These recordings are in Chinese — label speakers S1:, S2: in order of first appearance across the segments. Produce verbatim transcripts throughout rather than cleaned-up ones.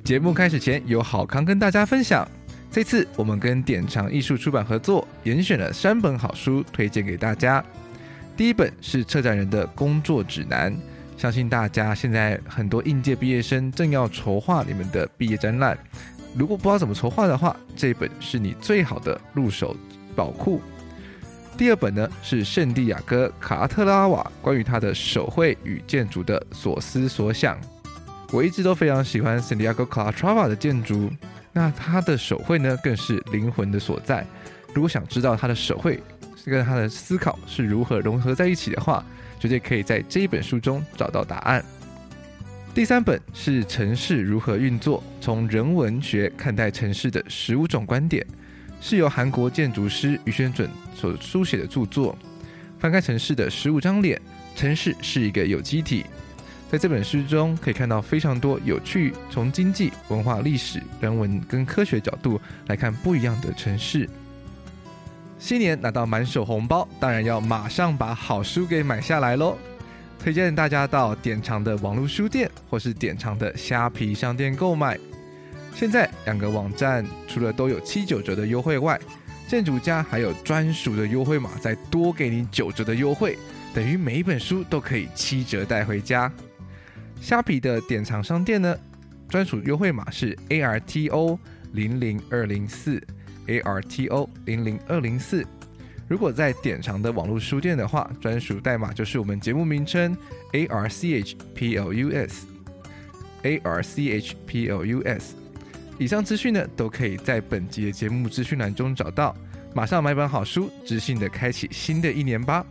S1: 节目开始前有好康跟大家分享，这次我们跟典藏艺术出版合作，严选了三本好书推荐给大家。第一本是策展人的工作指南，相信大家现在很多应届毕业生正要筹划你们的毕业展览，如果不知道怎么筹划的话，这本是你最好的入手宝库。第二本呢是圣地亚哥卡拉特拉瓦关于他的手绘与建筑的所思所想。我一直都非常喜欢圣地亚哥卡拉特拉瓦的建筑，那他的手绘呢更是灵魂的所在。如果想知道他的手绘跟他的思考是如何融合在一起的话，绝对可以在这一本书中找到答案。第三本是城市如何运作，从人文学看待城市的十五种观点，是由韩国建筑师于宣准所书写的著作。翻开城市的十五张脸，城市是一个有机体。在这本书中可以看到非常多有趣，从经济、文化、历史、人文跟科学角度来看不一样的城市。新年拿到满手红包，当然要马上把好书给买下来咯。推荐大家到典藏的网络书店或是典藏的虾皮商店购买。现在两个网站除了都有七九折的优惠外，建筑家还有专属的优惠码，再多给你九折的优惠，等于每一本书都可以七折带回家。虾皮的典藏商店呢，专属优惠码是 A R T O 零零二零四 A R T O 零零二零四。如果在典藏的网络书店的话，专属代码就是我们节目名称 A R C H P L U S A R C H P L U S。 以上资讯呢都可以在本集的节目资讯栏中找到。马上买本好书，知性的开启新的一年吧。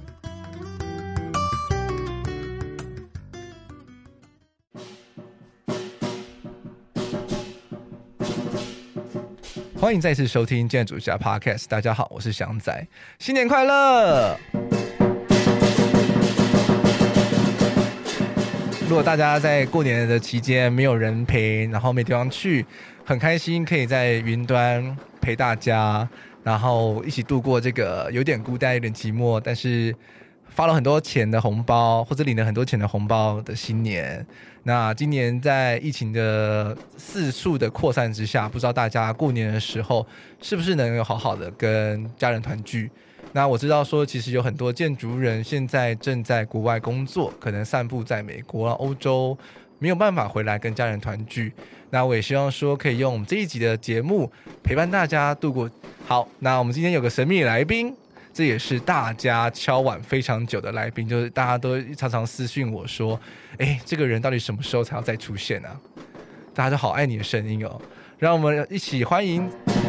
S1: 欢迎再次收听建筑家 Podcast， 大家好，我是翔仔，新年快乐！如果大家在过年的期间没有人陪，然后没地方去，很开心可以在云端陪大家，然后一起度过这个有点孤单、有点寂寞，但是发了很多钱的红包，或者领了很多钱的红包的新年。那今年在疫情的四处的扩散之下，不知道大家过年的时候是不是能有好好的跟家人团聚。那我知道说其实有很多建筑人现在正在国外工作，可能散布在美国、欧洲，没有办法回来跟家人团聚。那我也希望说可以用我们这一集的节目陪伴大家度过。好，那我们今天有个神秘来宾，这也是大家敲碗非常久的来宾，就是大家都常常私讯我说，哎，这个人到底什么时候才要再出现啊？大家都好爱你的声音哦，让我们一起欢迎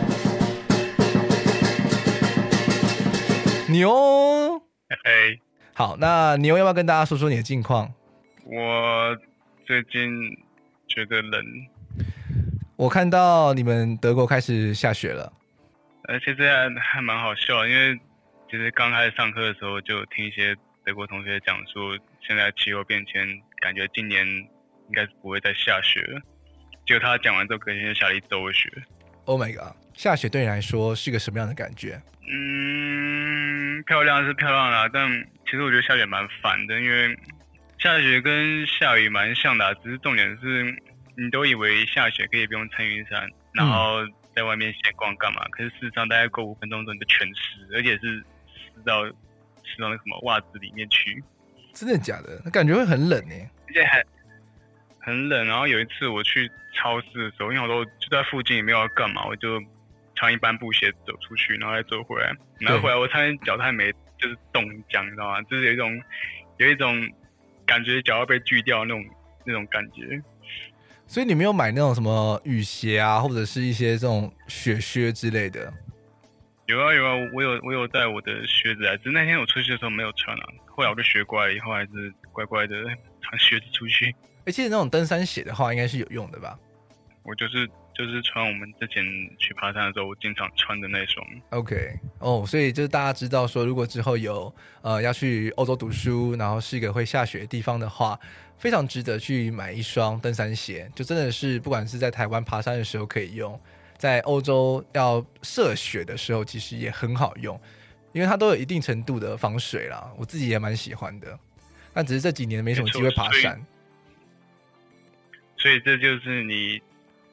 S1: 牛。
S2: 嘿，
S1: 好，那牛要不要跟大家说说你的近况？
S2: 我最近觉得冷，
S1: 我看到你们德国开始下雪了，
S2: 而且这还还蛮好笑，因为其实刚开始上课的时候就听一些德国同学讲说，现在气候变迁，感觉今年应该是不会再下雪了。结果他讲完之后，隔天就下了一周的雪。
S1: Oh my god！ 下雪对你来说是个什么样的感觉？
S2: 嗯，漂亮是漂亮啦，但其实我觉得下雪蛮烦的，因为下雪跟下雨蛮像的、啊，只是重点是你都以为下雪可以不用撑雨伞，然后在外面闲逛干嘛？可是事实上大概过五分钟之后你就全湿，而且是湿到湿到那什么袜子里面去。
S1: 真的假的？那感觉会很冷耶。
S2: 而且还很冷。然后有一次我去超市的时候，因为我都就在附近也没有要干嘛，我就穿一般布鞋走出去，然后再走回来，然后回来我差点脚太没就是冻僵，你知道吗？就是有一种有一种感觉脚要被锯掉那种那种感觉。
S1: 所以你没有买那种什么雨鞋啊，或者是一些这种雪靴之类的？
S2: 有啊有啊，我有我有带我的靴子来，只是那天我出去的时候没有穿啊。后来我就学乖了，以后还是乖乖的穿靴子出去。
S1: 而且那种登山鞋的话，应该是有用的吧？
S2: 我就是就是穿我们之前去爬山的时候，我经常穿的那双。
S1: OK， 哦，所以就是大家知道说，如果之后有呃要去欧洲读书，然后是一个会下雪的地方的话，非常值得去买一双登山鞋，就真的是不管是在台湾爬山的时候可以用，在欧洲要涉雪的时候其实也很好用，因为它都有一定程度的防水啦，我自己也蛮喜欢的。但只是这几年没什么机会爬山。
S2: 所以这就是你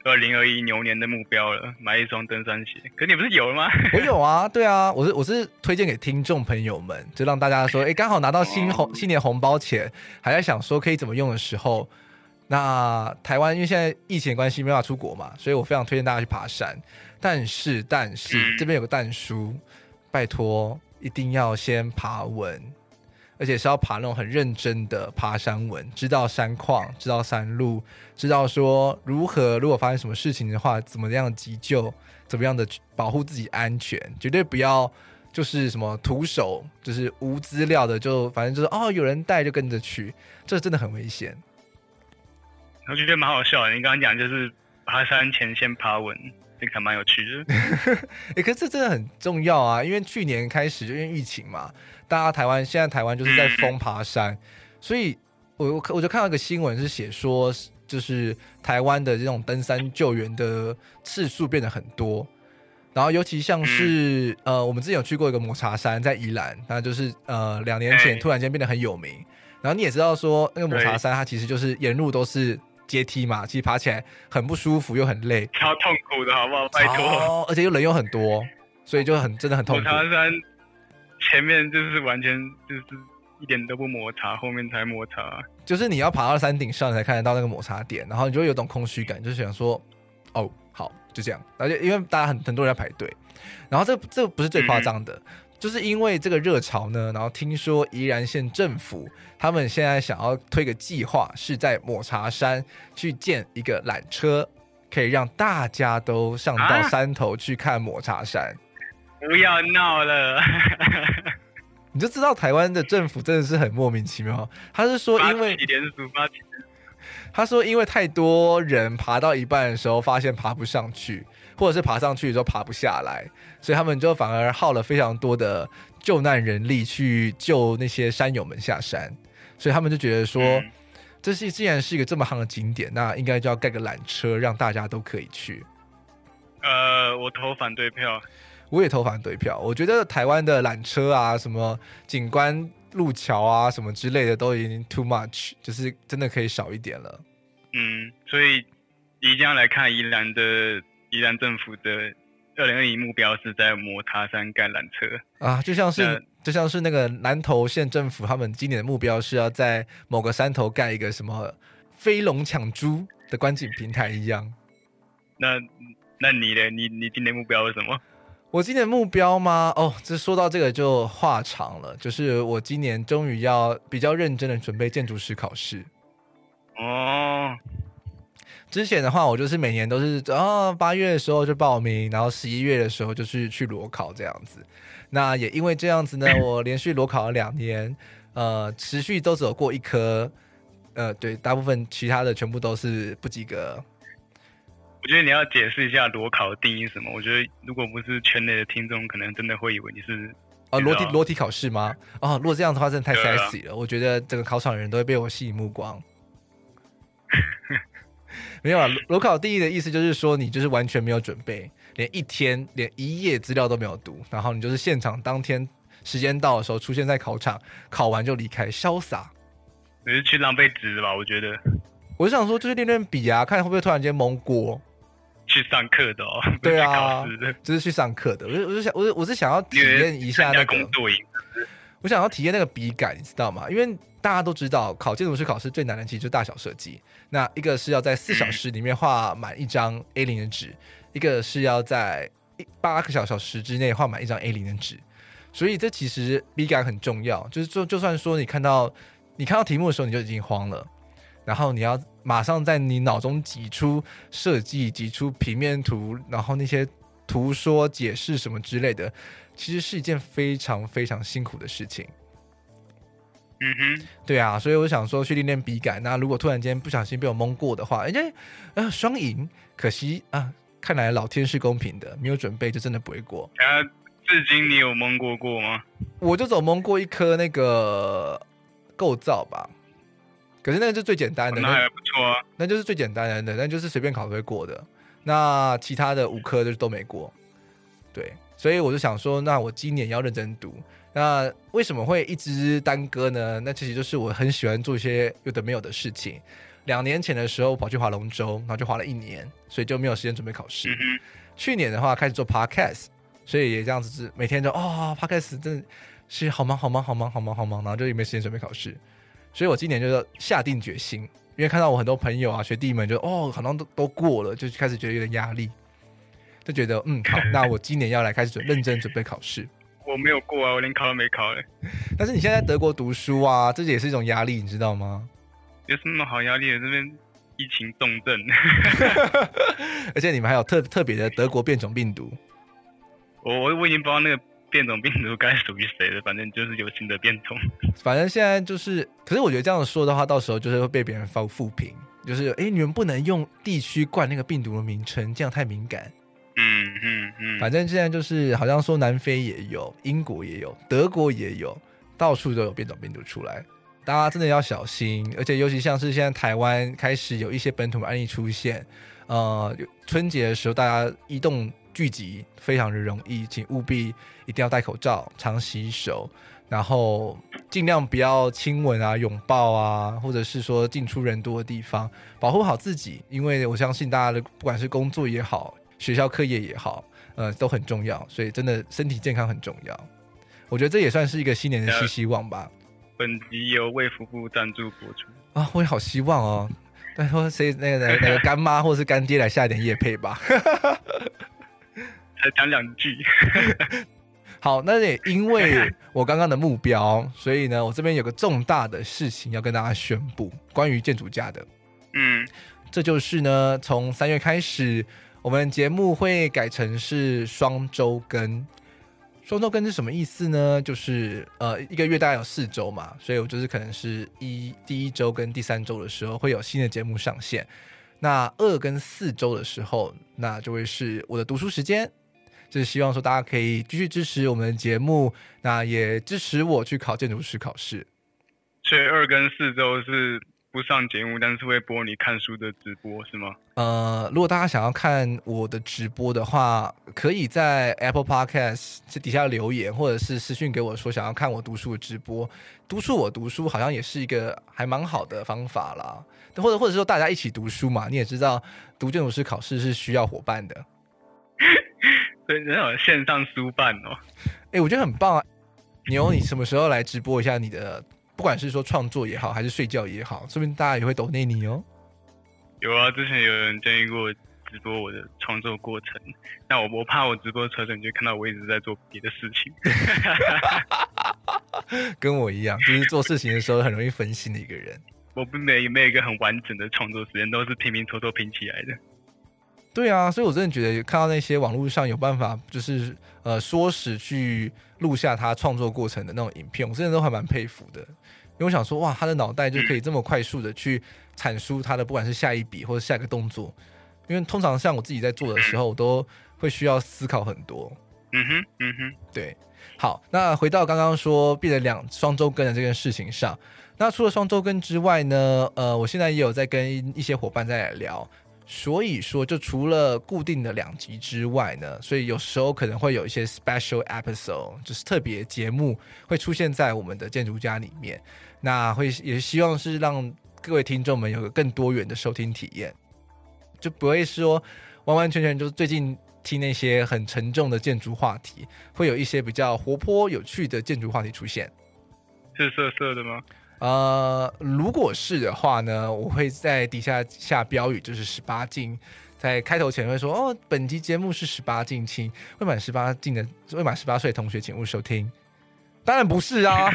S2: 二零二一牛年的目标了，买一双登山鞋。可你不是有了吗？
S1: 我有啊，对啊，我是我是推荐给听众朋友们，就让大家说，哎，刚好拿到新红、哦、新年红包钱，还在想说可以怎么用的时候，那台湾因为现在疫情的关系没办法出国嘛，所以我非常推荐大家去爬山。但是但是、嗯、这边有个但书，拜托一定要先爬稳。而且是要爬那种很认真的爬山文，知道山况，知道山路，知道说如何如果发生什么事情的话，怎么样急救，怎么样的保护自己安全，绝对不要就是什么徒手，就是无资料的，就反正就是哦有人带就跟着去，这真的很危险。
S2: 我觉得蛮好笑的，你刚刚讲就是爬山前先爬稳。这个还蛮有趣的，
S1: 欸，可是这真的很重要啊！因为去年开始就因为疫情嘛，大家台湾现在台湾就是在疯爬山，嗯、所以我我就看到一个新闻是写说，就是台湾的这种登山救援的次数变得很多，然后尤其像是、嗯、呃，我们之前有去过一个抹茶山在宜兰，那就是呃两年前突然间变得很有名，然后你也知道说那个抹茶山它其实就是沿路都是阶梯嘛，其实爬起来很不舒服又很累，
S2: 超痛苦的好不好？拜托，
S1: 而且又人又很多，所以就很真的很痛苦。
S2: 抹茶山前面就是完全就是一点都不抹茶，后面才抹茶。
S1: 就是你要爬到山顶上你才看得到那个抹茶点，然后你就会有种空虚感，就是想说，哦，好，就这样。而且因为大家很很多人在排队，然后这这不是最夸张的。嗯，就是因为这个热潮呢，然后听说宜兰县政府他们现在想要推个计划，是在抹茶山去建一个缆车，可以让大家都上到山头去看抹茶山。
S2: 啊、不要闹了！
S1: 你就知道台湾的政府真的是很莫名其妙。他是说因为他说因为太多人爬到一半的时候发现爬不上去，或者是爬上去的时候爬不下来，所以他们就反而耗了非常多的救难人力去救那些山友们下山，所以他们就觉得说、嗯、这是既然是一个这么夯的景点，那应该就要盖个缆车让大家都可以去。
S2: 呃，我投反对票。
S1: 我也投反对票，我觉得台湾的缆车啊什么景观路桥啊什么之类的都已经 too much， 就是真的可以少一点了。
S2: 嗯，所以以这样来看，宜兰的宜兰政府的二零二一目标是在抹茶山盖缆车
S1: 啊，就像是就像是那个南投县政府他们今年的目标是要在某个山头盖一个什么飞龙抢珠的观景平台一样。
S2: 那那你呢？你你今年目标是什么？
S1: 我今年目标吗？哦，这说到这个就话长了，就是我今年终于要比较认真的准备建筑师考试。
S2: 哦，
S1: 之前的话我就是每年都是哦八月的时候就报名，然后十一月的时候就是去裸考这样子。那也因为这样子呢，我连续裸考了两年，呃，持续都只有过一科，呃，对，大部分其他的全部都是不及格。
S2: 我觉得你要解释一下裸考的定义是什么。我觉得如果不是圈内的听众，可能真的会以为你是
S1: 哦裸体裸体考试吗？哦，如果这样的话，真的太 sexy 了。我觉得整个考场的人都会被我吸引目光。没有啊，裸考定义的意思就是说，你就是完全没有准备，连一天、连一页资料都没有读，然后你就是现场当天时间到的时候出现在考场，考完就离开，潇洒。
S2: 你是去浪费纸吧？我觉得。
S1: 我就想说，就是练练笔啊，看会不会突然间蒙过。
S2: 去上课的哦，
S1: 对啊，就是去上课的。我就我就想，我我是想要体验一下那个工作营，我想要体验那个笔感，你知道吗？因为大家都知道，考建筑师考试最难的其实就是大小设计。那一个是要在四小时里面画满一张 A 零 的纸，嗯、一个是要在八个小时之内画满一张 A 零 的纸。所以这其实笔感很重要。就是就就算说你看到你看到题目的时候你就已经慌了。然后你要马上在你脑中挤出设计，挤出平面图，然后那些图说解释什么之类的，其实是一件非常非常辛苦的事情。
S2: 嗯哼，
S1: 对啊，所以我想说去练练笔感。那如果突然间不小心被我蒙过的话，人家呃双赢，可惜啊，看来老天是公平的，没有准备就真的不会过。
S2: 啊，至今你有蒙过过吗？
S1: 我就走蒙过一科那个构造吧。可是那个就是最简单的，
S2: 哦、那还不错啊。
S1: 那就是最简单的，那就是随便考都会过的。那其他的五科就都没过，对，所以我就想说，那我今年要认真读。那为什么会一直耽搁呢？那其实就是我很喜欢做一些有的没有的事情， 两年前的时候跑去划龙舟，然后就划了一年，所以就没有时间准备考试。
S2: 嗯
S1: 去年的话开始做 podcast， 所以也这样子，每天就哦 podcast 真的是好忙好忙好忙好忙好忙，然后就也没时间准备考试。所以我今年就下定决心，因为看到我很多朋友啊学弟们就哦好像 都, 都过了，就开始觉得有点压力，就觉得嗯好，那我今年要来开始准认真准备考试。
S2: 我没有过啊，我连考都没考嘞。
S1: 但是你现在在德国读书啊，这也是一种压力，你知道吗？
S2: 有什么好压力的？这边疫情重症，
S1: 而且你们还有特特别的德国变种病毒。
S2: 我我我已经不知道那个变种病毒该属于谁了，反正就是有新的变种。
S1: 反正现在就是，可是我觉得这样说的话，到时候就是会被别人发负评，就是哎，你们不能用地区冠那个病毒的名称，这样太敏感。
S2: 嗯嗯嗯，
S1: 反正现在就是好像说南非也有，英国也有，德国也有，到处都有变种病毒出来，大家真的要小心。而且尤其像是现在台湾开始有一些本土案例出现，呃，春节的时候大家移动聚集非常的容易，请务必一定要戴口罩，常洗手，然后尽量不要亲吻啊、拥抱啊，或者是说进出人多的地方，保护好自己。因为我相信大家的不管是工作也好，学校课业也好，呃，都很重要，所以真的身体健康很重要。我觉得这也算是一个新年的新希望吧。
S2: 本集由卫福部赞助播出
S1: 啊，我也好希望哦。拜托谁那个那个干妈或是干爹来下一点业配吧。
S2: 才讲两句。
S1: 好，那也因为我刚刚的目标，所以呢，我这边有个重大的事情要跟大家宣布，关于建筑家的。
S2: 嗯，
S1: 这就是呢，从三月开始，我们节目会改成是双周更。双周更是什么意思呢？就是呃一个月大概有四周嘛，所以我就是可能是一第一周跟第三周的时候会有新的节目上线。那二跟四周的时候，那就会是我的读书时间。就是希望说大家可以继续支持我们的节目，那也支持我去考建筑师考试。
S2: 所以二跟四周是不上节目，但是会播你看书的直播是吗？
S1: 呃，如果大家想要看我的直播的话，可以在 Apple Podcast 这底下留言，或者是私讯给我说想要看我读书的直播。督促我读书好像也是一个还蛮好的方法啦，或者或者说大家一起读书嘛，你也知道读建筑师考试是需要伙伴的。
S2: 对，那种线上书办哦。
S1: 哎，我觉得很棒啊！牛，你什么时候来直播一下你的？不管是说创作也好，还是睡觉也好，说不定大家也会抖内你哦。
S2: 有啊，之前有人建议过直播我的创作过程，那我我怕我直播车程你就看到我一直在做别的事情。
S1: 跟我一样，就是做事情的时候很容易分心的一个人。
S2: 我不没没有一个很完整的创作时间，都是拼拼凑凑拼起来的。
S1: 对啊，所以我真的觉得看到那些网络上有办法就是呃说时去录下他创作过程的那种影片，我真的都还蛮佩服的。因为我想说，哇，他的脑袋就可以这么快速的去阐述他的不管是下一笔或者下一个动作。因为通常像我自己在做的时候，我都会需要思考很多。
S2: 嗯哼，嗯哼，
S1: 对。好，那回到刚刚说变成两双周更的这件事情上，那除了双周更之外呢，呃，我现在也有在跟一些伙伴在聊。所以说就除了固定的两集之外呢，所以有时候可能会有一些 special episode， 就是特别节目会出现在我们的建筑家里面，那会也希望是让各位听众们有个更多元的收听体验，就不会说完完全全就是最近听那些很沉重的建筑话题，会有一些比较活泼有趣的建筑话题出现。
S2: 是色色的吗？
S1: 呃，如果是的话呢，我会在底下下标语，就是十八禁，在开头前会说哦，本集节目是十八禁，请未满十八禁的未满十八岁的同学请勿收听。当然不是啊，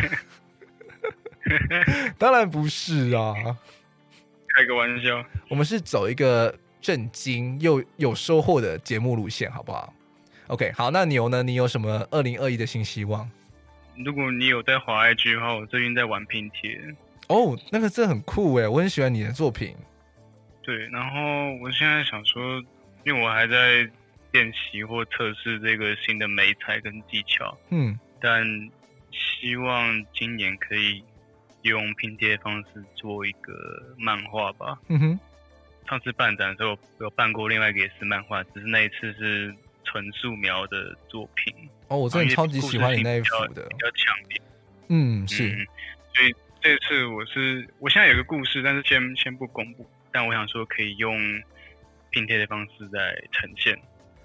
S1: 当然不是啊，
S2: 开个玩笑。
S1: 我们是走一个震惊又有收获的节目路线，好不好 ？OK， 好，那牛呢？你有什么二零二一的新希望？
S2: 如果你有在滑 I G 的话，我最近在玩拼贴。
S1: 哦，那个真的很酷耶，我很喜欢你的作品。
S2: 对，然后我现在想说，因为我还在练习或测试这个新的媒材跟技巧，
S1: 嗯，
S2: 但希望今年可以用拼贴方式做一个漫画吧。
S1: 嗯哼，上
S2: 次办展的时候有办过另外一个也是漫画，只是那一次是纯素描的作品。
S1: 哦，我真的超级喜欢你那一幅的，
S2: 比较强烈。
S1: 嗯，是、
S2: 嗯，所以这次我是我现在有个故事，但是先先不公布，但我想说可以用拼贴的方式在呈现。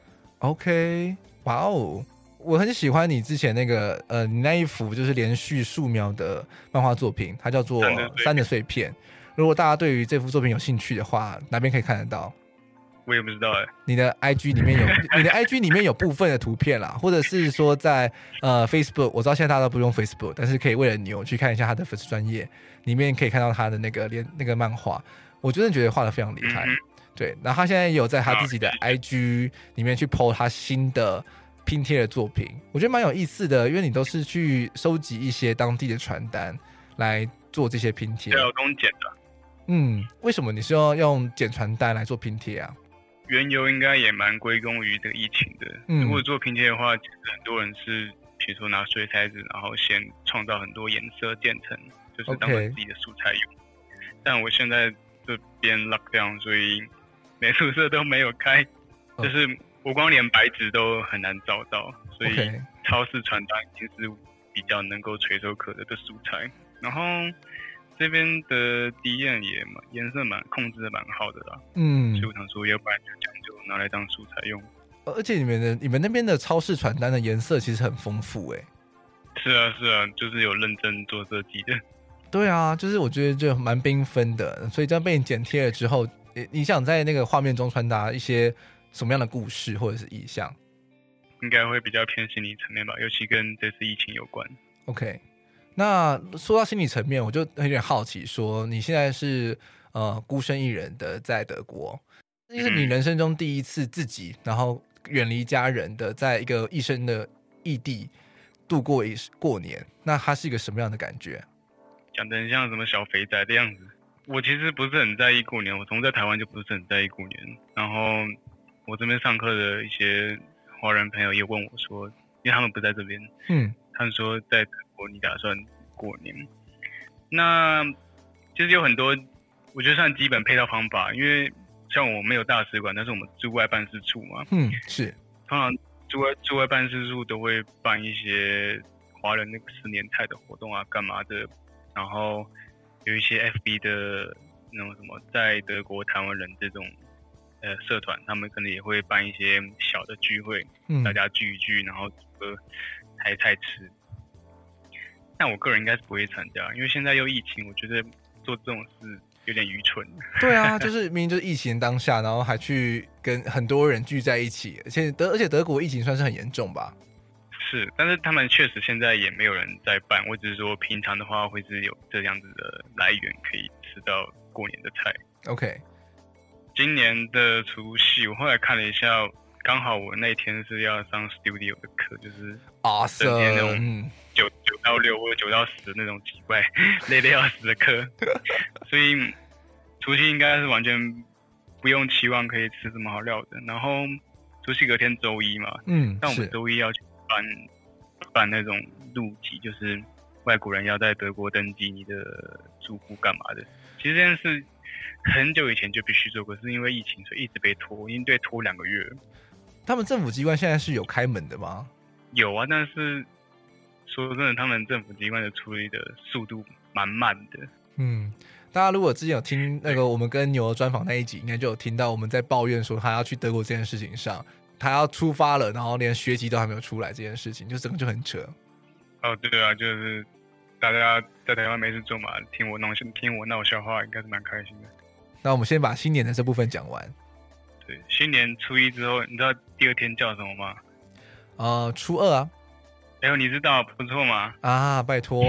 S1: OK， 哇哦！我很喜欢你之前那个呃，你那一幅就是连续数秒的漫画作品，它叫做《三的碎片》。如果大家对于这幅作品有兴趣的话，哪边可以看得到？
S2: 我也不知道哎。
S1: 你的 I G 里面有你的 I G 里面有部分的图片啦，或者是说在呃 Facebook， 我知道现在大家都不用 Facebook， 但是可以为了牛去看一下他的粉丝专页，里面可以看到他的那个连那个漫画，我真的觉得画得非常厉害。嗯、对，然后他现在也有在他自己的 I G 里面去 po 他新的拼贴的作品，我觉得蛮有意思的，因为你都是去收集一些当地的传单来做这些拼贴。
S2: 对，我都剪的。
S1: 嗯，为什么你是要用剪传单来做拼贴啊？
S2: 缘由应该也蛮归功于这个疫情的。嗯、如果做拼贴的话，其实很多人是，比如说拿水彩纸，然后先创造很多颜色渐层，就是当成自己的素材用。Okay. 但我现在这边 lockdown， 所以美术社都没有开，就是。我光连白纸都很难找到，所以超市传单已经是比较能够垂手可得的素材。然后这边的D N也蛮颜色蛮控制的蛮好的啦，嗯，所以我想说，要不然就讲究拿来当素材用。
S1: 而且你们的你们那边的超市传单的颜色其实很丰富哎、
S2: 欸。是啊是啊，就是有认真做设计的。
S1: 对啊，就是我觉得就蛮缤纷的，所以这样被你剪贴了之后，你想在那个画面中传达一些什么样的故事或者是意象？
S2: 应该会比较偏心理层面吧，尤其跟这次疫情有关。
S1: OK， 那说到心理层面，我就有点好奇说，你现在是呃孤身一人的在德国，这是你人生中第一次自己，然后远离家人的，在一个异生的异地度过一过年，那它是一个什么样的感觉？
S2: 讲得很像什么小肥宅的样子。我其实不是很在意过年，我从在台湾就不是很在意过年，然后。我这边上课的一些华人朋友也问我说，因为他们不在这边，嗯，他们说在德国你打算过年，那其实有很多我觉得算基本配套方法，因为像我没有大使馆，但是我们驻外办事处嘛，嗯，是，通常驻外驻外办事处都会办一些华人那个十年菜的活动啊，干嘛的，然后有一些 F B 的那种什么在德国台湾人这种。呃，社团他们可能也会办一些小的聚会，嗯、大家聚一聚，然后煮个台菜吃。但我个人应该是不会参加，因为现在又疫情，我觉得做这种事有点愚蠢。
S1: 对啊，就是明明就是疫情当下，然后还去跟很多人聚在一起，而且德而且德国疫情算是很严重吧？
S2: 是，但是他们确实现在也没有人在办，我只是说平常的话会是有这样子的来源可以吃到过年的菜。
S1: OK。
S2: 今年的除夕，我后来看了一下，刚好我那天是要上 studio 的课，就是整天那种九九到六或者九到十那种奇怪累得要死的课，所以除夕应该是完全不用期望可以吃什么好料的。然后除夕隔天周一嘛，嗯，但我们周一要去办办那种入籍，就是外国人要在德国登记你的住户干嘛的。其实这件事。很久以前就必须做，可是因为疫情，所以一直被拖，已经被拖两个月了。
S1: 他们政府机关现在是有开门的吗？
S2: 有啊，但是说真的，他们政府机关的处理的速度蛮慢的。
S1: 嗯，大家如果之前有听那个我们跟牛的专访那一集，应该就有听到我们在抱怨说他要去德国这件事情上，他要出发了，然后连学籍都还没有出来，这件事情就整个就很扯。
S2: 哦，对啊，就是大家在台湾没事做嘛，听我闹听我闹笑话，应该是蛮开心的。
S1: 那我们先把新年的这部分讲完。
S2: 对，新年初一之后，你知道第二天叫什么吗？
S1: 呃，初二啊。
S2: 哎呦，你知道不错吗？
S1: 啊，拜托，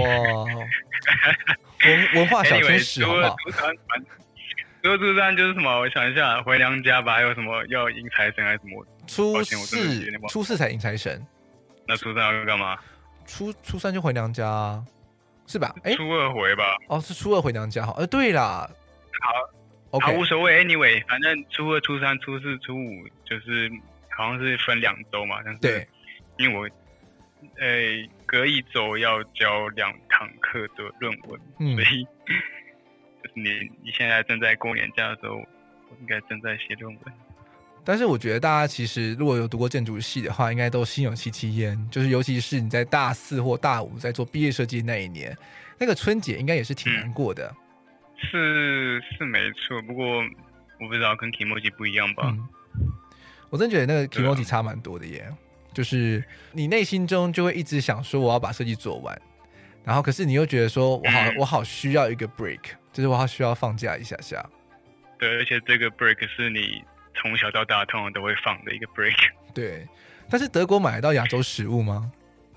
S1: 文文化小天使好不好？
S2: 初二、初三就是什么？我想一下，回娘家吧，还有什么要迎财神还是什么？
S1: 初四，初四才迎财神。
S2: 那初三要干嘛？
S1: 初初三就回娘家啊，是吧？哎，
S2: 初二回吧。
S1: 哦，是初二回娘家好。呃，对啦，
S2: 好。Okay. 啊，无所谓 ，anyway， 反正初二、初三、初四、初五就是好像是分两周嘛，但是因为我呃隔一周要交两堂课的论文，嗯、所以就是你你现在正在过年假的时候，我应该正在写论文。
S1: 但是我觉得大家其实如果有读过建筑系的话，应该都心有戚戚焉，就是尤其是你在大四或大五在做毕业设计那一年，那个春节应该也是挺难过的。
S2: 嗯、是是没错，不过我不知道跟 Kimoji 不一样吧。
S1: 嗯，我真觉得那个 Kimoji 差蛮多的耶，就是你内心中就会一直想说我要把设计做完，然后可是你又觉得说我好、嗯、我好需要一个 break， 就是我好需要放假一下下。
S2: 对，而且这个 break 是你从小到大通常都会放的一个 break。
S1: 对，但是德国买得到亚洲食物吗？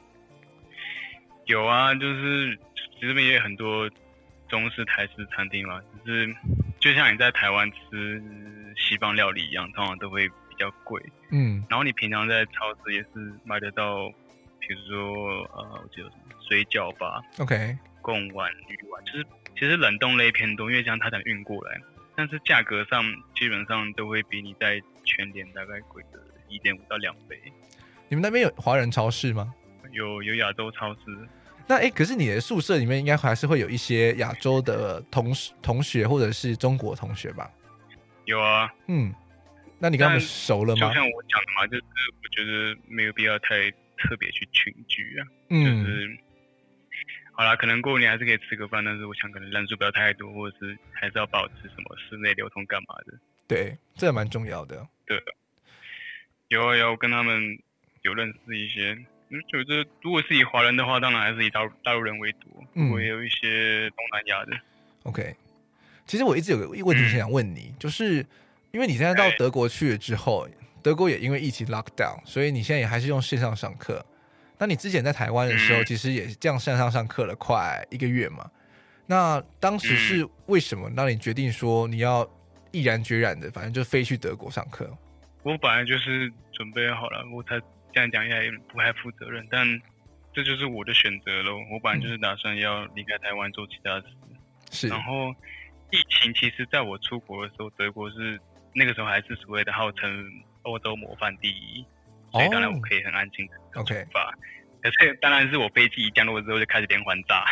S2: 有啊，就是这边也有很多中式台式餐厅嘛，只是就像你在台湾吃西方料理一样，通常都会比较贵。嗯，然后你平常在超市也是买得到，比如说呃，我记得什么水饺吧
S1: ，OK，
S2: 贡丸、鱼丸，就是其实冷冻类偏多，因为这样它才运过来。但是价格上基本上都会比你在全联大概贵的一点五到两倍。
S1: 你们那边有华人超市吗？
S2: 有有亚洲超市。
S1: 那哎，可是你的宿舍里面应该还是会有一些亚洲的同同学或者是中国同学吧？
S2: 有啊。嗯，
S1: 那你跟他们熟了吗？
S2: 就像我讲的嘛，就是我觉得没有必要太特别去群聚啊。嗯，就是好啦，可能过年还是可以吃个饭，但是我想可能人数不要太多，或者是还是要保持什么室内流通干嘛的。
S1: 对，这也蛮重要的。
S2: 对，有啊有，跟他们有认识一些。嗯，觉得如果是以华人的话，当然还是以大陆大陆人为多，不过也有一些东南亚的。
S1: OK， 其实我一直有个问题想问你，嗯、就是因为你现在到德国去了之后，德国也因为疫情 lockdown， 所以你现在也还是用线上上课。那你之前在台湾的时候，嗯、其实也这样线上上课了快一个月嘛？那当时是为什么让你决定说你要毅然决然的，反正就飞去德国上课？
S2: 我本来就是准备好了，我才。这样讲起来也不太负责任，但这就是我的选择咯。我本来就是打算要离开台湾做其他事，是。然后疫情其实在我出国的时候，德国是那个时候还是所谓的号称欧洲模范第一，所以当然我可以很安静的出发。Okay. 可是当然是我飞机一降落之后就开始连环炸。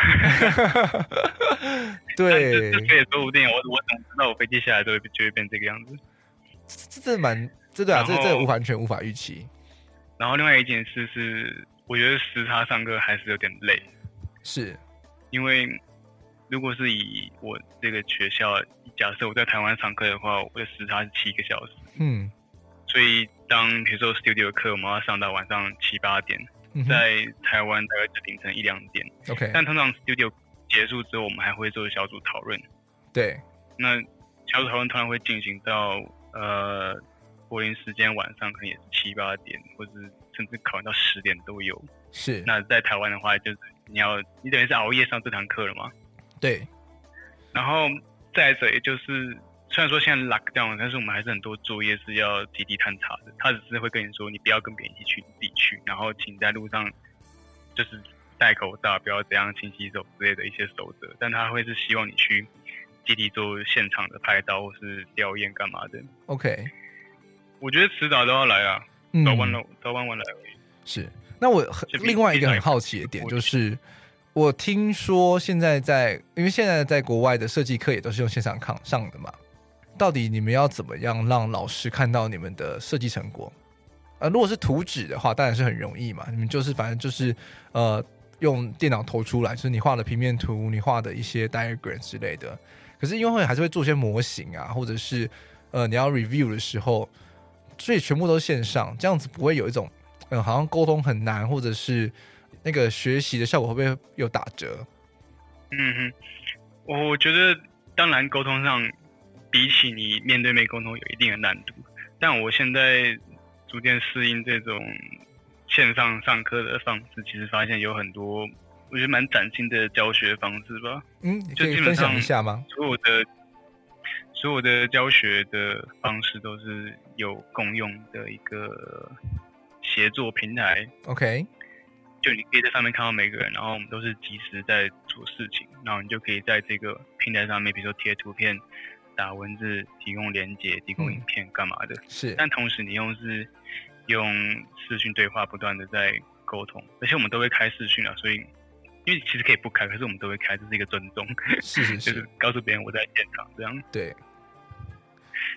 S1: 对，
S2: 这这也说不定，我我怎么知道我飞机下来就会就会变这个样子？
S1: 这这蛮这对啊，这这无完全无法预期。
S2: 然后另外一件事是，我觉得时差上课还是有点累，
S1: 是，因
S2: 为如果是以我这个学校，假设我在台湾上课的话，我的时差是七个小时，嗯，所以当比如说 studio 课我们要上到晚上七八点，嗯、在台湾大概是凌晨一两点
S1: ，OK，
S2: 但通常 studio 结束之后，我们还会做小组讨论，
S1: 对，
S2: 那小组讨论通常会进行到呃。柏林时间晚上可能也是七八点，或者甚至考到十点都有。
S1: 是。
S2: 那在台湾的话，就是你要你等于是熬夜上这堂课了嘛？
S1: 对。
S2: 然后再者，也就是虽然说现在 lockdown， 但是我们还是很多作业是要集体探查的。他只是会跟你说，你不要跟别人一起去，你自己去，然后请在路上就是戴口罩，不要怎样勤洗手之类的一些守则。但他会是希望你去集体做现场的拍照或是吊唁干嘛的。
S1: OK。
S2: 我觉得迟早都要来啊，早晚了，早晚晚来而已。
S1: 是，那我另外一个很好奇的点就是，我听说现在在，因为现在在国外的设计课也都是用线上课上的嘛，到底你们要怎么样让老师看到你们的设计成果？呃，如果是图纸的话，当然是很容易嘛，你们就是反正就是呃用电脑投出来，就是你画的平面图，你画的一些 diagram 之类的。可是因为还是会做一些模型啊，或者是呃你要 review 的时候。所以全部都线上，这样子不会有一种，嗯，好像沟通很难，或者是那个学习的效果会不会有打折？
S2: 嗯哼，我觉得当然沟通上比起你面对面沟通有一定的难度，但我现在逐渐适应这种线上上课的方式，其实发现有很多我觉得蛮崭新的教学方式吧。
S1: 嗯，你可以分享一下吗？
S2: 所有的。所有的教学的方式都是有共用的一个协作平台
S1: ，OK，
S2: 就你可以在上面看到每个人，然后我们都是即时在做事情，然后你就可以在这个平台上面，比如说贴图片、打文字、提供连结、提供影片干嘛的，
S1: 是。
S2: 但同时你用是用视讯对话，不断的在沟通，而且我们都会开视讯啊，所以因为其实可以不开，可是我们都会开，这是一个尊重，
S1: 是是是，
S2: 就是告诉别人我在现场这样，
S1: 对。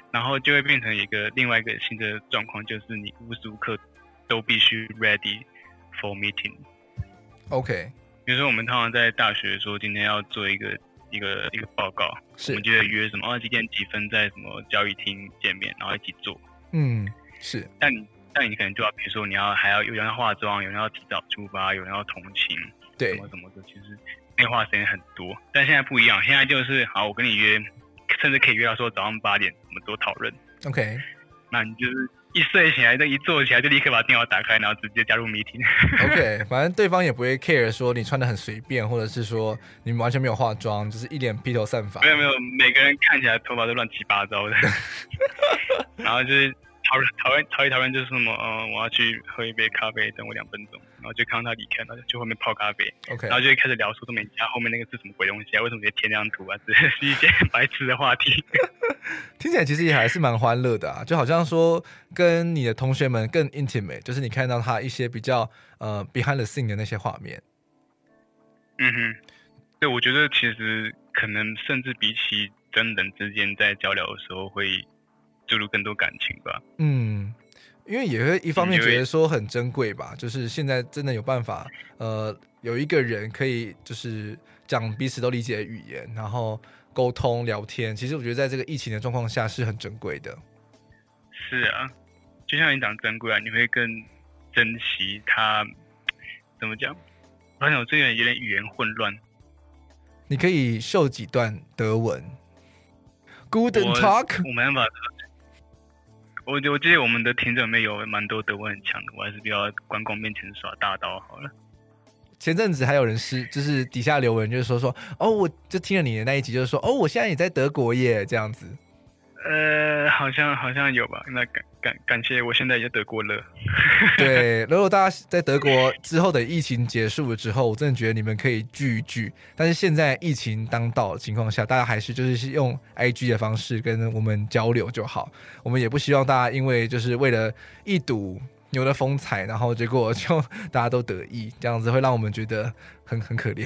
S2: 然后就会变成一个另外一个新的状况，就是你无时无刻都必须 ready for meeting。OK， 比如说我们通常在大学说今天要做一个一个一个报告，我们就会约什么哦几点几分在什么交易厅见面，然后一起做。
S1: 嗯，是。
S2: 但你但你可能就要比如说你要还要有人要化妆，有人要提早出发，有人要同行，
S1: 对，
S2: 什么什么的，其实变化时间很多。但现在不一样，现在就是好，我跟你约，甚至可以约到说早上八点我们多讨论。
S1: OK，
S2: 那你就是一睡起来，就一坐起来就立刻把电脑打开，然后直接加入 meeting。
S1: OK， 反正对方也不会 care 说你穿得很随便，或者是说你完全没有化妆，就是一脸披头散发。
S2: 没有没有，每个人看起来头发都乱七八糟的，然后就是讨论讨论讨论讨论就是什么，呃，我要去喝一杯咖啡，等我两分钟，然后就看到他离开，然后就去后面泡咖啡。
S1: OK，
S2: 然后就会开始聊说，说你家后面那个是什么鬼东西啊？为什么可以贴那张图啊？这是一些白痴的话题。
S1: 听起来其实也还是蛮欢乐的啊，就好像说跟你的同学们更 intimate， 就是你看到他一些比较呃 behind the scene 的那些画面。
S2: 嗯哼，对，我觉得其实可能甚至比起真人之间在交流的时候会注入更多感情吧。
S1: 嗯，因为也会一方面觉得说很珍贵吧，就是现在真的有办法，呃，有一个人可以就是讲彼此都理解的语言，然后沟通聊天，其实我觉得在这个疫情的状况下是很珍贵的。
S2: 是啊，就像你讲珍贵啊，你会更珍惜它。怎么讲？我发现我这个人有点语言混乱。
S1: 你可以秀几段德文 ？Guten Tag。
S2: 我没办法。我我记得我们的听众里面有蛮多德文很强的，我还是不要观众面前耍大刀好了。
S1: 前阵子还有人是就是底下留言就是说说哦，我就听了你的那一集，就是说哦，我现在也在德国耶，这样子。
S2: 呃，好像好像有吧。那感感感谢，我现在也在德国了。
S1: 对，如果大家在德国之后的疫情结束了之后，我真的觉得你们可以聚一聚。但是现在疫情当道的情况下，大家还是就是用 I G 的方式跟我们交流就好。我们也不希望大家因为就是为了一睹牛的风采，然后结果就大家都得意，这样子会让我们觉得很很可怜。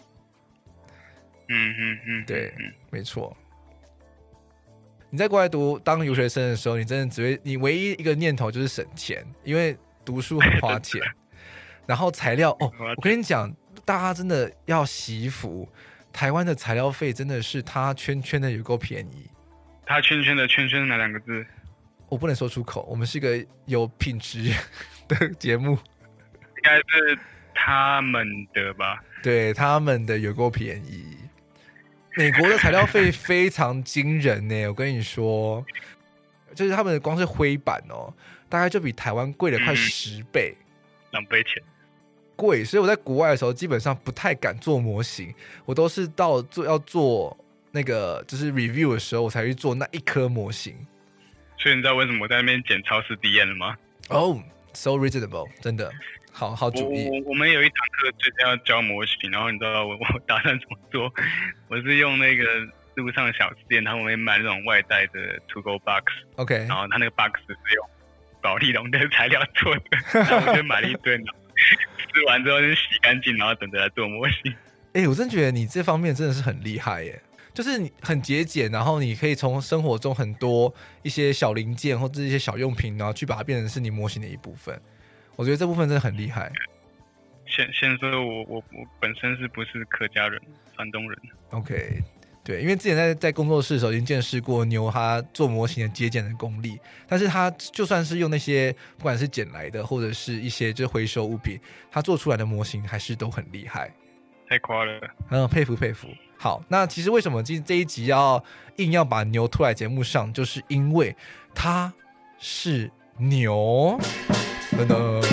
S2: 嗯嗯嗯，
S1: 对，没错。你在国外读当留学生的时候，你真的只会你唯一一个念头就是省钱，因为读书很花钱。然后材料哦，我跟你讲，大家真的要惜福，台湾的材料费真的是它圈圈的有够便宜。
S2: 它圈圈的圈圈是哪两个字？
S1: 我不能说出口，我们是一个有品质的节目。
S2: 应该是他们的吧？
S1: 对，他们的有够便宜。美国的材料费非常惊人呢，我跟你说，就是他们的光是灰板哦，大概就比台湾贵了快十倍，
S2: 两倍钱，
S1: 贵。所以我在国外的时候，基本上不太敢做模型，我都是到做要做那个就是 review 的时候，我才去做那一颗模型。
S2: 所以你知道为什么我在那边捡超市 D N 了吗？
S1: 哦、oh, ，so reasonable， 真的。好好主意。
S2: 我我们有一堂课就是要教模型，然后你知道我我打算怎么做？我是用那个路上的小店，他们会卖那种外带的 to go box。OK。然后他那个 box 是用保丽龙的材料做的，然后我就买了一堆，吃完之后就洗干净，然后等着来做模型。
S1: 哎、欸，我真觉得你这方面真的是很厉害耶！就是你很节俭，然后你可以从生活中很多一些小零件或者一些小用品，然后去把它变成是你模型的一部分。我觉得这部分真的很厉害。
S2: 先先说我我我本身是不是客家人，山东人。
S1: OK， 对，因为之前在在工作室的时候已经见识过牛他做模型的节俭的功力，但是他就算是用那些不管是捡来的或者是一些就回收物品，他做出来的模型还是都很厉害。
S2: 太夸了，
S1: 嗯，佩服佩服。好，那其实为什么今这一集要硬要把牛拖来节目上，就是因为他是牛。噔噔，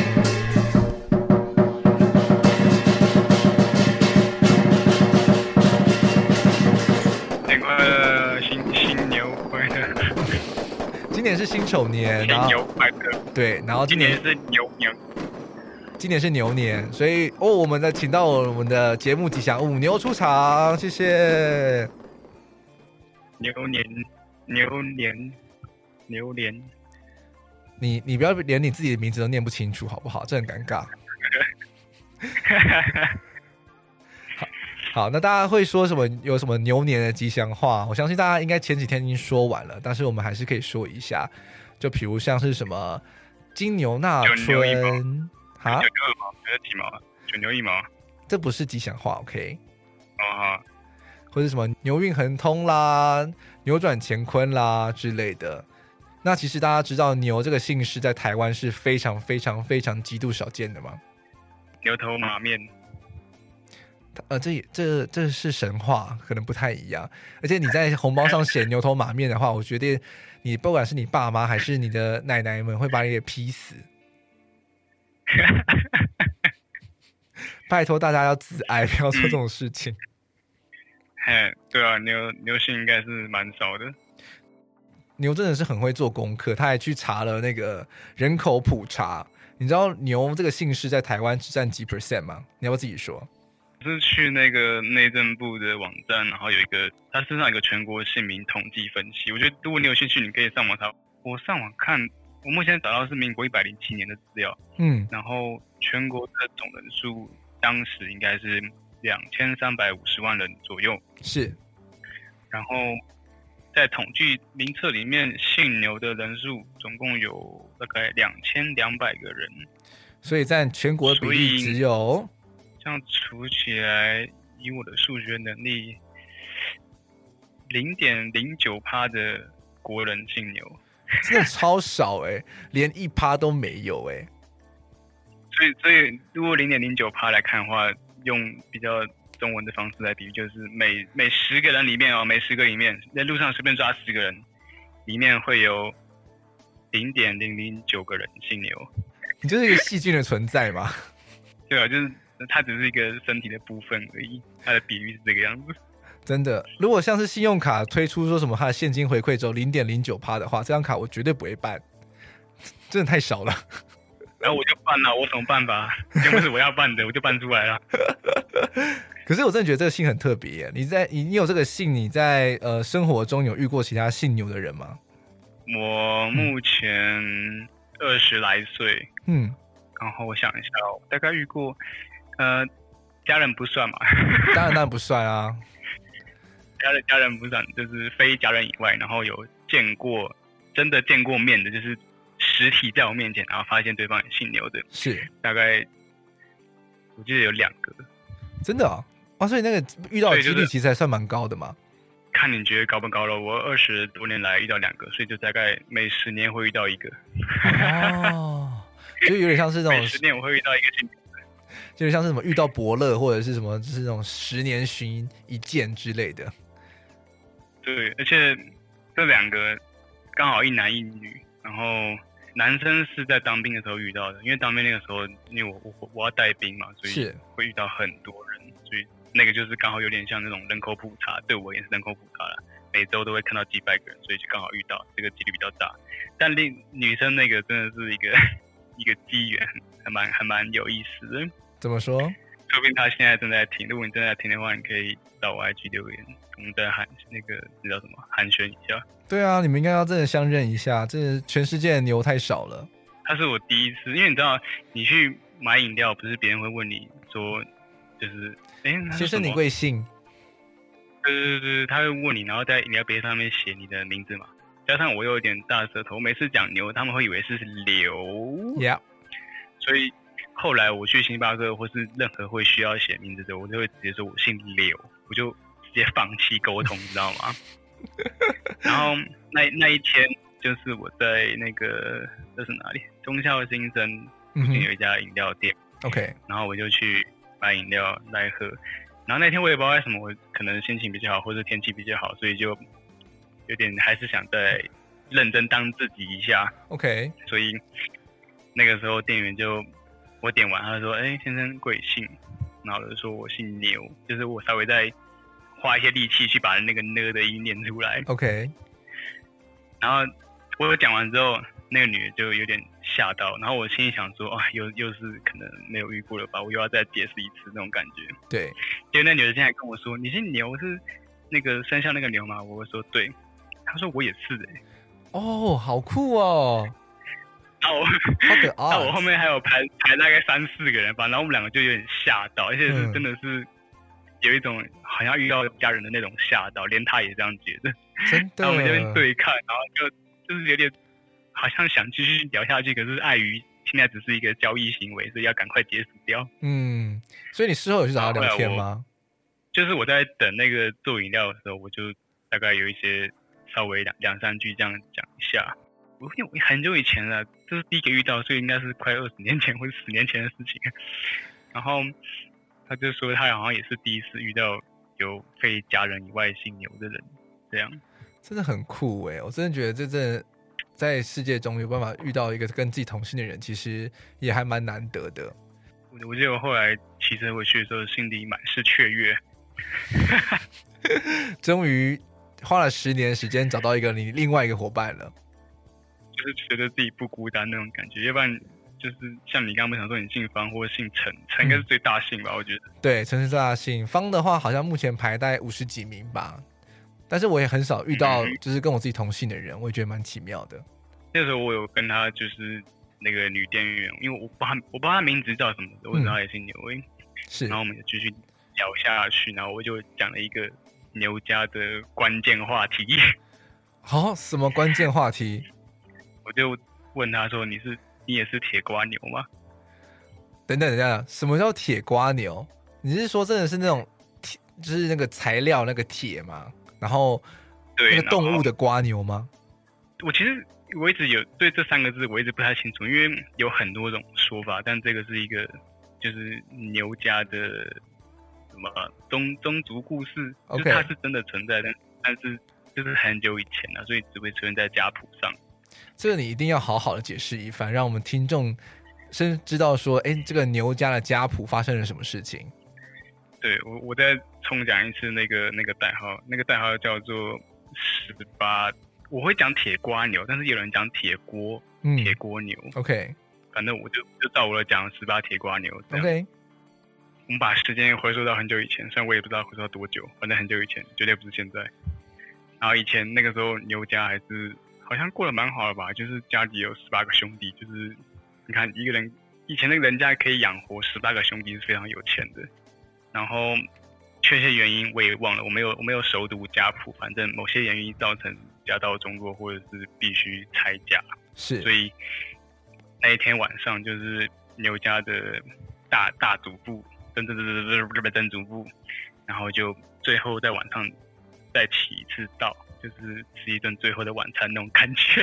S2: 年快乐，新新牛快乐。
S1: 今年是辛丑年，
S2: 新牛快乐。对，
S1: 然后今年
S2: 是牛年。
S1: 今年是牛年，所以哦，我们的请到我们的节目吉祥物牛出场，谢谢。
S2: 牛年，牛年，牛年。
S1: 你你不要连你自己的名字都念不清楚好不好？这很尴尬。好， 好，那大家会说什么？有什么牛年的吉祥话？我相信大家应该前几天已经说完了，但是我们还是可以说一下。就比如像是什么金牛纳春，
S2: 九牛一毛啊，九牛二毛，还是几毛啊？九牛一毛，
S1: 这不是吉祥话 ，OK？
S2: 哦哈，
S1: 或者什么牛运亨通啦、扭转乾坤啦之类的。那其实大家知道牛这个姓氏在台湾是非常非常非常极度少见的吗？
S2: 牛头马面，
S1: 呃，这也这这是神话，可能不太一样。而且你在红包上写牛头马面的话，我觉得你不管是你爸妈还是你的奶奶们，会把你给劈死。拜托大家要自爱，不要做这种事情。
S2: 嘿，对啊，牛牛姓应该是蛮少的。
S1: 牛真的是很会做功课，他还去查了那个人口普查。你知道牛这个姓氏在台湾只占几 percent 吗？你要不要自己说？
S2: 是去那个内政部的网站，然后有一个它身上有一个全国姓名统计分析。我觉得如果你有兴趣，你可以上网查。我上网看，我目前找到是民国一百零七年的资料，嗯，然后全国的总人数当时应该是两千三百五十万人左右，
S1: 是。然
S2: 后在统计名册里面，姓牛的人数总共有大概两千两百个人，
S1: 所以占全国的比例只有。
S2: 这样除起来，以我的数学能力，零点零九趴的国人姓牛，
S1: 真的超少哎、欸，连一趴都没有哎、欸。
S2: 所以，所以如果零点零九趴来看的话，用比较中文的方式来比喻，就是每每十个人里面哦，每十个里面，在路上随便抓十个人，里面会有零点零零九个人姓牛。
S1: 你就是一个细菌的存在嘛？
S2: 对啊，就是。它只是一个身体的部分而已，它的比率是这个样子。
S1: 真的，如果像是信用卡推出说什么它的现金回馈只有 零点零九趴 的话，这张卡我绝对不会办，真的太少了。
S2: 然后我就办了，我什么办法？又不是我要办的，我就办出来了。
S1: 可是我真的觉得这个姓很特别耶。你在你有这个姓，你在呃生活中有遇过其他姓牛的人吗？
S2: 我目前二十来岁，嗯，然后我想一下，我大概遇过。呃，家人不算嘛？
S1: 当然当然不算啊。
S2: 家人家人不算，就是非家人以外，然后有见过真的见过面的，就是实体在我面前，然后发现对方也姓牛的，
S1: 是大
S2: 概我记得有两个。
S1: 真的啊？啊，所以那个遇到的几率其实还算蛮高的嘛。
S2: 看你觉得高不高了？我二十多年来遇到两个，所以就大概每十年会遇到一个。
S1: 哦，就有点像是那种
S2: 每十年我会遇到一个姓牛。
S1: 就像是什么遇到伯乐或者是什么，就是那种十年寻一见之类的。
S2: 对，而且这两个刚好一男一女，然后男生是在当兵的时候遇到的，因为当兵那个时候，因为我我我要带兵嘛，所以会遇到很多人，所以那个就是刚好有点像那种人口普查，对我也是人口普查了，每周都会看到几百个人，所以就刚好遇到，这个几率比较大。但另女生那个真的是一个一个机缘，还蛮还蛮有意思的。
S1: 怎么说？
S2: 说不定他现在正在听。如果你正在听的话，你可以到我 I G 留言，我们再寒那个那叫什么寒暄一下。
S1: 对啊，你们应该要真的相认一下，这全世界的牛太少了。
S2: 他是我第一次，因为你知道，你去买饮料，不是别人会问你说，就是哎，
S1: 先生你贵姓？
S2: 对对对，他会问你，然后在饮料杯上面写你的名字嘛。加上我有点大舌头，每次讲牛，他们会以为是刘。
S1: Yeah.
S2: 所以。后来我去星巴克或是任何会需要写名字的，我就会直接说我姓刘，我就直接放弃沟通，你知道吗？然后那那一天就是我在那个这是哪里？忠孝新生附近有一家饮料店
S1: ，OK，
S2: 然后我就去买饮料来喝。然后那天我也不知道为什么，我可能心情比较好，或者天气比较好，所以就有点还是想再认真当自己一下
S1: ，OK，
S2: 所以那个时候店员就。我点完，他就说：“哎、欸，先生贵姓？”然后我就说：“我姓牛。”就是我稍微再花一些力气去把那个呢的音念出来。
S1: OK。
S2: 然后我讲完之后，那个女的就有点吓到，然后我心里想说：“啊，又又是可能没有遇过了吧？我又要再解释一次那种感觉。”
S1: 对。
S2: 结果那女的现在跟我说：“你姓牛是那个生肖那个牛吗？”我说：“对。”她说：“我也是哎、欸。”
S1: 哦，好酷哦！
S2: 然后我，那我后面还有排排大概三四个人吧，然后我们两个就有点吓到，而且是真的是有一种好像遇到家人的那种吓到，连他也这样觉得。
S1: 真的。
S2: 然后我们这边对看，然后就就是有点好像想继续聊下去，可是碍于现在只是一个交易行为，所以要赶快结束掉。
S1: 嗯，所以你事后有去找他聊天吗？
S2: 就是我在等那个做饮料的时候，我就大概有一些稍微两两三句这样讲一下。我因为很久以前了，这是第一个遇到，所以应该是快二十年前或者十年前的事情。然后他就说他好像也是第一次遇到有非家人以外姓牛的人，这样
S1: 真的很酷哎！我真的觉得这真的在世界中有办法遇到一个跟自己同姓的人，其实也还蛮难得的。
S2: 我记得我后来骑车回去的时候，心里满是雀跃。
S1: 终于花了十年时间找到一个你另外一个伙伴了，
S2: 就是觉得自己不孤单那种感觉。要不然就是像你刚刚想说你姓方或者姓陈，陈应该是最大姓吧、嗯、我觉得。
S1: 对，陈是最大姓，方的话好像目前排在五十几名吧，但是我也很少遇到就是跟我自己同姓的人，我也觉得蛮奇妙的。
S2: 那时候我有跟他就是那个女店员，因为我不知道我不知道他名字叫什么，我知道他也姓牛、嗯、是，然后我们就继续聊下去，然后我就讲了一个牛家的关键话题。
S1: 好、哦，什么关键话题？
S2: 我就问他说：“你是你也是铁瓜牛吗？”
S1: 等等等等，什么叫铁瓜牛？你是说真的是那种就是那个材料那个铁吗？然后
S2: 对
S1: 那个动物的瓜牛吗？
S2: 我其实我一直有对这三个字我一直不太清楚，因为有很多种说法，但这个是一个就是牛家的什么宗宗族故事，
S1: okay.
S2: 就是它是真的存在，但但是就是很久以前了、啊，所以只会出现在家谱上。
S1: 这个你一定要好好的解释一番，让我们听众先知道说，哎，这个牛家的家谱发生了什么事情。对，
S2: 我我再重讲一次那个那个代号，那个代号叫做十八。我会讲铁瓜牛，但是有人讲铁锅，嗯，铁锅牛。
S1: OK，
S2: 反正我就就照我的讲十八铁瓜牛。
S1: OK，
S2: 我们把时间回溯到很久以前，虽然我也不知道回溯到多久，反正很久以前，绝对不是现在。然后以前那个时候牛家还是好像过得蛮好的吧，就是家里有十八个兄弟，就是你看一个人以前那个人家可以养活十八个兄弟是非常有钱的。然后确切原因我也忘了，我没有我没有熟读家谱，反正某些原因造成家道中落，或者是必须拆家，
S1: 是，
S2: 所以那一天晚上就是牛家的大大祖父，曾曾曾曾曾曾祖父，然后就最后在晚上再起一次灶，就是吃一顿最后的晚餐那种感觉。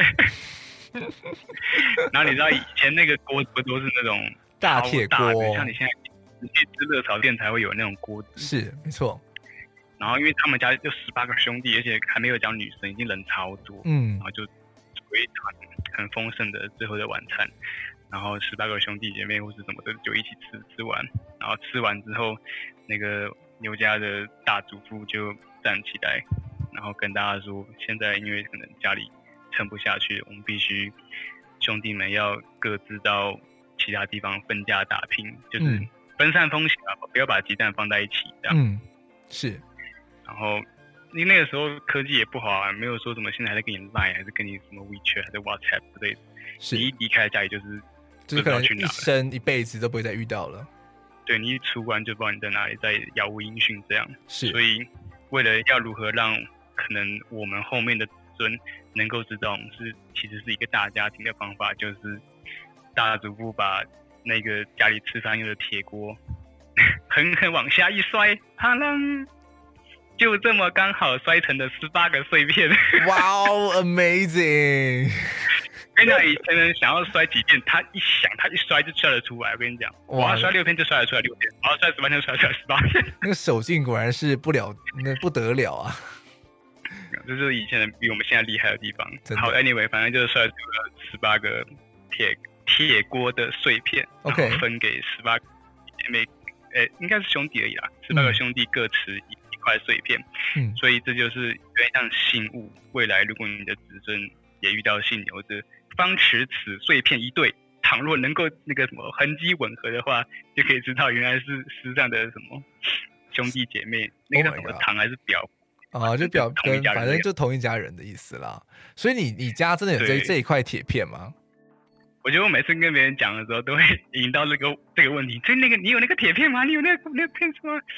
S2: 然后你知道以前那个锅不都是那种
S1: 大铁锅，
S2: 像你现在你去吃热炒店才会有那种锅子，
S1: 是没错。
S2: 然后因为他们家就十八个兄弟，而且还没有讲女生，已经人超多，嗯，然后就煮一场很丰盛的最后的晚餐，然后十八个兄弟姐妹或是什么的就一起吃，吃完，然后吃完之后，那个牛家的大祖父就站起来，然后跟大家说，现在因为可能家里撑不下去，我们必须兄弟们要各自到其他地方分家打拼，就是分散风险啊，不要把鸡蛋放在一起，这样，
S1: 嗯，是。
S2: 然后，因为那个时候科技也不好啊，没有说什么现在还在跟你 Line 还是跟你什么 WeChat 还是 WhatsApp 之类的。是，你一离开家里就是
S1: 就是可能一生一辈子都不会再遇到了。
S2: 对，你一出关就不知道你在哪里，在杳无音讯这样。
S1: 是，
S2: 所以为了要如何让可能我们后面的子孙能够知道我们是其实是一个大家庭的方法，就是大祖父把那个家里吃饭用的铁锅狠狠往下一摔，啪啷。就这么刚好摔成了十八个碎片。
S1: 哇哦 ，amazing！
S2: 跟你讲，以前人想要摔几片，他一想，他一摔就摔得出来。我跟你讲，我要摔六片就摔得出来六片，我要摔十八片就摔出来十八片。
S1: 那个手劲果然是不了，那不得了啊！
S2: 这就是以前人比我们现在厉害的地方。好 ，anyway， 反正就是摔出了十八个铁铁锅的碎片，
S1: OK，
S2: 然后分给十八个姐妹，呃，应该是兄弟而已啦，十八个兄弟各持一。块碎片，嗯，所以这就是有点像信物。未来如果你的子孙也遇到姓牛的，方持此碎片一对，倘若能够那个什么痕迹吻合的话，就可以知道原来是师上的什么兄弟姐妹，那个叫什么堂还是表
S1: 啊，就表跟反正就同一家人的意思啦。所以你你家真的有这这一块铁片吗？
S2: 我觉得我每次跟别人讲的时候，都会引到这个这个问题。所以那个你有那个铁片吗？你有那个那个片子吗？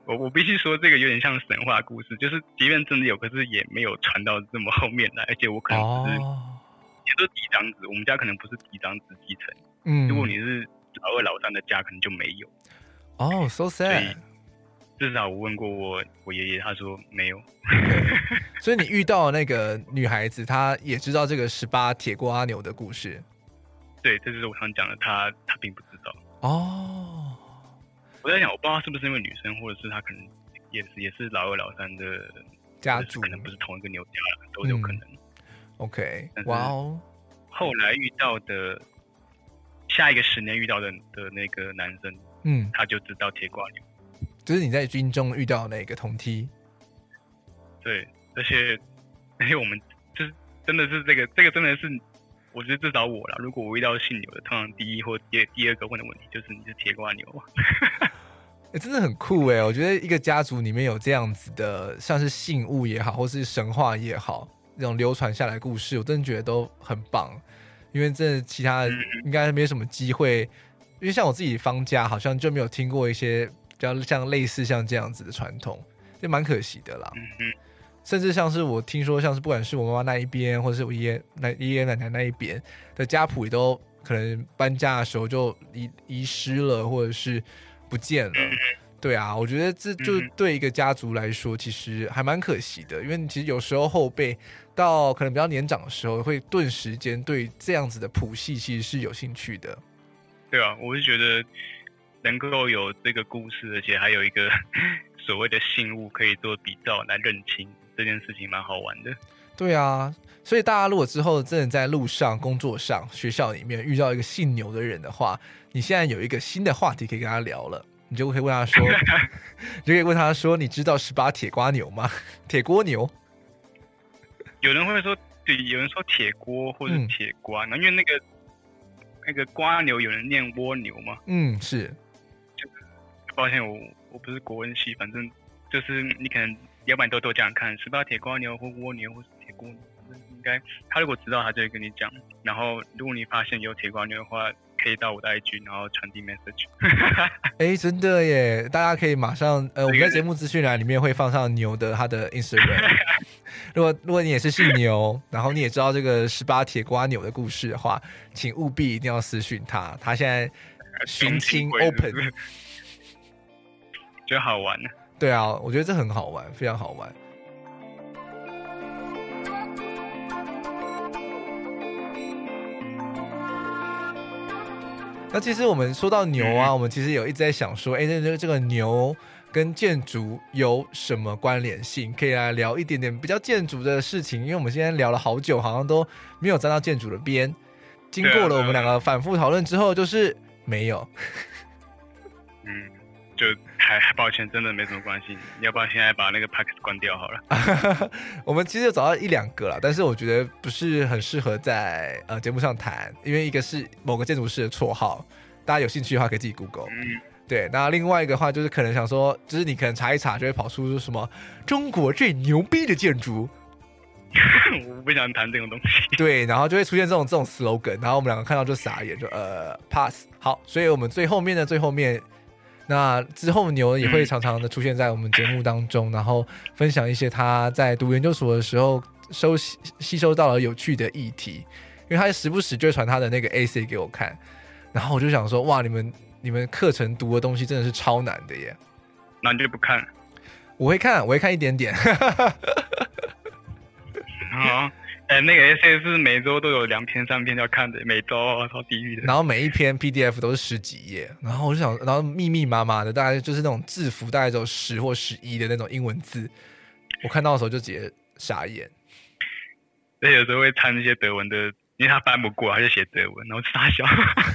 S2: 我我必须说，这个有点像神话故事，就是即便真的有，可是也没有传到这么后面来，而且我可能不是，
S1: 哦，
S2: 也都是嫡长子，我们家可能不是嫡长子继承。
S1: 嗯，
S2: 如果你是老二老三的家，可能就没有。
S1: 哦，so
S2: 所以
S1: sad。
S2: 至少我问过我我爷爷，他说没有。
S1: 所以你遇到的那个女孩子，她也知道这个十八铁锅阿牛的故事。
S2: 对，这就是我常讲的，他他并不知道。
S1: 哦，
S2: 我在想，我不知道是不是因为女生，或者是他可能也是也是老二老三的
S1: 家族，
S2: 可能不是同一个牛家了，都有可能。
S1: 嗯、OK，
S2: 但是
S1: 哇哦！
S2: 后来遇到的下一个十年遇到的的那个男生，
S1: 嗯，
S2: 他就知道铁瓜牛。
S1: 就是你在军中遇到的那个同梯。
S2: 对，而且而且我们就是真的是这个这个真的是，我觉得至少我啦，如果我遇到姓牛的，通常第一或第第二个问的问题就是你是铁瓜牛吗？
S1: 欸、真的很酷哎！我觉得一个家族里面有这样子的，像是信物也好，或是神话也好，这种流传下来的故事，我真的觉得都很棒。因为这其他的应该没什么机会，因为像我自己方家，好像就没有听过一些比较像类似像这样子的传统，就蛮可惜的啦。
S2: 嗯
S1: 甚至像是我听说，像是不管是我妈妈那一边，或者是我爷爷、奶爷爷奶奶那一边的家谱，也都可能搬家的时候就遗遗失了，或者是不见了。对啊，我觉得这就对一个家族来说，其实还蛮可惜的，因为其实有时候后辈到可能比较年长的时候，会顿时间对这样子的谱系其实是有兴趣的。
S2: 对啊，我是觉得能够有这个故事，而且还有一个所谓的信物可以做比照来认清。这件事情蛮好玩的。
S1: 对啊，所以大家如果之后真的在路上、工作上、学校里面遇到一个姓牛的人的话，你现在有一个新的话题可以跟他聊了，你就可以问他说，你就可以问他说，你知道十八铁瓜牛吗？铁锅牛。
S2: 有人会说，对，有人说铁锅或者铁瓜，嗯、因为那个那个瓜牛有人念蜗牛嘛。嗯，
S1: 是。
S2: 就是抱歉，我我不是国文系，反正就是你可能。要不然都都这样看，十八铁瓜牛或蜗牛或是铁锅牛，应该他如果知道，他就会跟你讲。然后如果你发现有铁瓜牛的话，可以到我的 I G， 然后传递 message。
S1: 哎、欸，真的耶！大家可以马上呃，我们在节目资讯栏里面会放上牛的他的 Instagram。如果如果你也是姓牛，然后你也知道这个十八铁瓜牛的故事的话，请务必一定要私讯他，他现在寻亲 open，
S2: 就好玩了。
S1: 对啊，我觉得这很好玩，非常好玩。那其实我们说到牛啊，我们其实有一直在想说，哎、欸，这这个牛跟建筑有什么关联性？可以来聊一点点比较建筑的事情，因为我们现在聊了好久，好像都没有沾到建筑的边。经过了我们两个反复讨论之后，就是没有。
S2: 嗯。就还抱歉，真的没什么关系。要不要现在把那个 podcast 关掉好了？
S1: 我们其实有找到一两个啦，但是我觉得不是很适合在呃节目上谈，因为一个是某个建筑师的绰号，大家有兴趣的话可以自己 Google。嗯，对。那另外一个的话就是可能想说，就是你可能查一查就会跑出什么中国最牛逼的建筑。
S2: 我不想谈这种东西。
S1: 对，然后就会出现这种这种 slogan， 然后我们两个看到就傻眼，就呃 pass。好，所以我们最后面的最后面。那之后牛也会常常的出现在我们节目当中，然后分享一些他在读研究所的时候收吸收到了有趣的议题，因为他时不时就会传他的那个 A C 给我看，然后我就想说，哇，你们你们课程读的东西真的是超难的耶。
S2: 那你就不看？
S1: 我会看，我会看一点点。
S2: 好。哎、欸，那个 S A 是每周都有两篇三篇要看的，每周超地狱的。
S1: 然后每一篇 P D F 都是十几页，然后我就想，然后密密麻麻的，大概就是那种字符大概只有十或十一的那种英文字，我看到的时候就直接傻眼。
S2: 而且有时候会掺那些德文的，因为他翻不过，他就写德文，然后傻笑。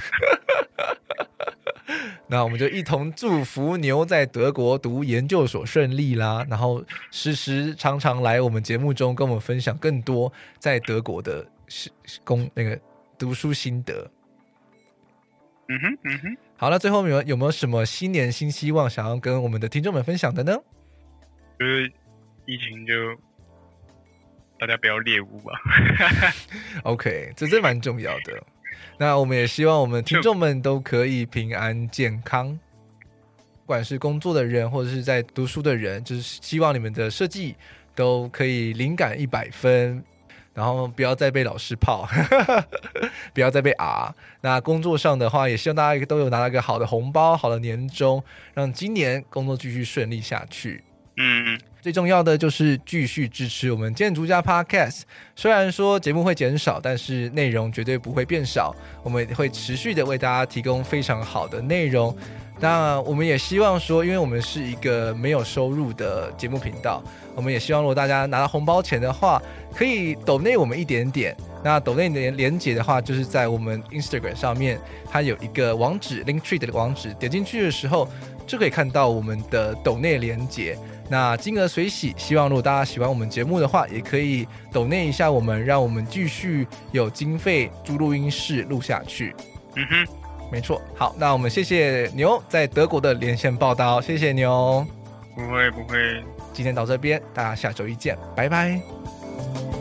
S1: 那我们就一同祝福牛在德国读研究所顺利啦，然后时时常常来我们节目中跟我们分享更多在德国的工那个读书心得。
S2: 嗯哼嗯哼。
S1: 好，那最后有有没有什么新年新希望想要跟我们的听众们分享的呢？
S2: 就是疫情就大家不要猎物吧。
S1: OK， 这真蛮重要的。那我们也希望我们听众们都可以平安健康。 不管是工作的人或者是在读书的人，就是希望你们的设计都可以灵感一百分，然后不要再被老师泡不要再被 R。 那工作上的话也希望大家都有拿到一个好的红包，好的年终，让今年工作继续顺利下去。
S2: 嗯，
S1: 最重要的就是继续支持我们建筑家 Podcast。 虽然说节目会减少，但是内容绝对不会变少，我们会持续的为大家提供非常好的内容。那我们也希望说，因为我们是一个没有收入的节目频道，我们也希望如果大家拿到红包钱的话，可以抖内我们一点点。那抖内的连结的话，就是在我们 Instagram 上面，它有一个网址 Linktree 的网址，点进去的时候就可以看到我们的抖内连结。那金额随喜，希望如果大家喜欢我们节目的话，也可以抖内一下我们，让我们继续有经费租录音室录下去。
S2: 嗯哼，
S1: 没错。好，那我们谢谢牛在德国的连线报道，谢谢牛。
S2: 不会不会。
S1: 今天到这边，大家下周一见，拜拜。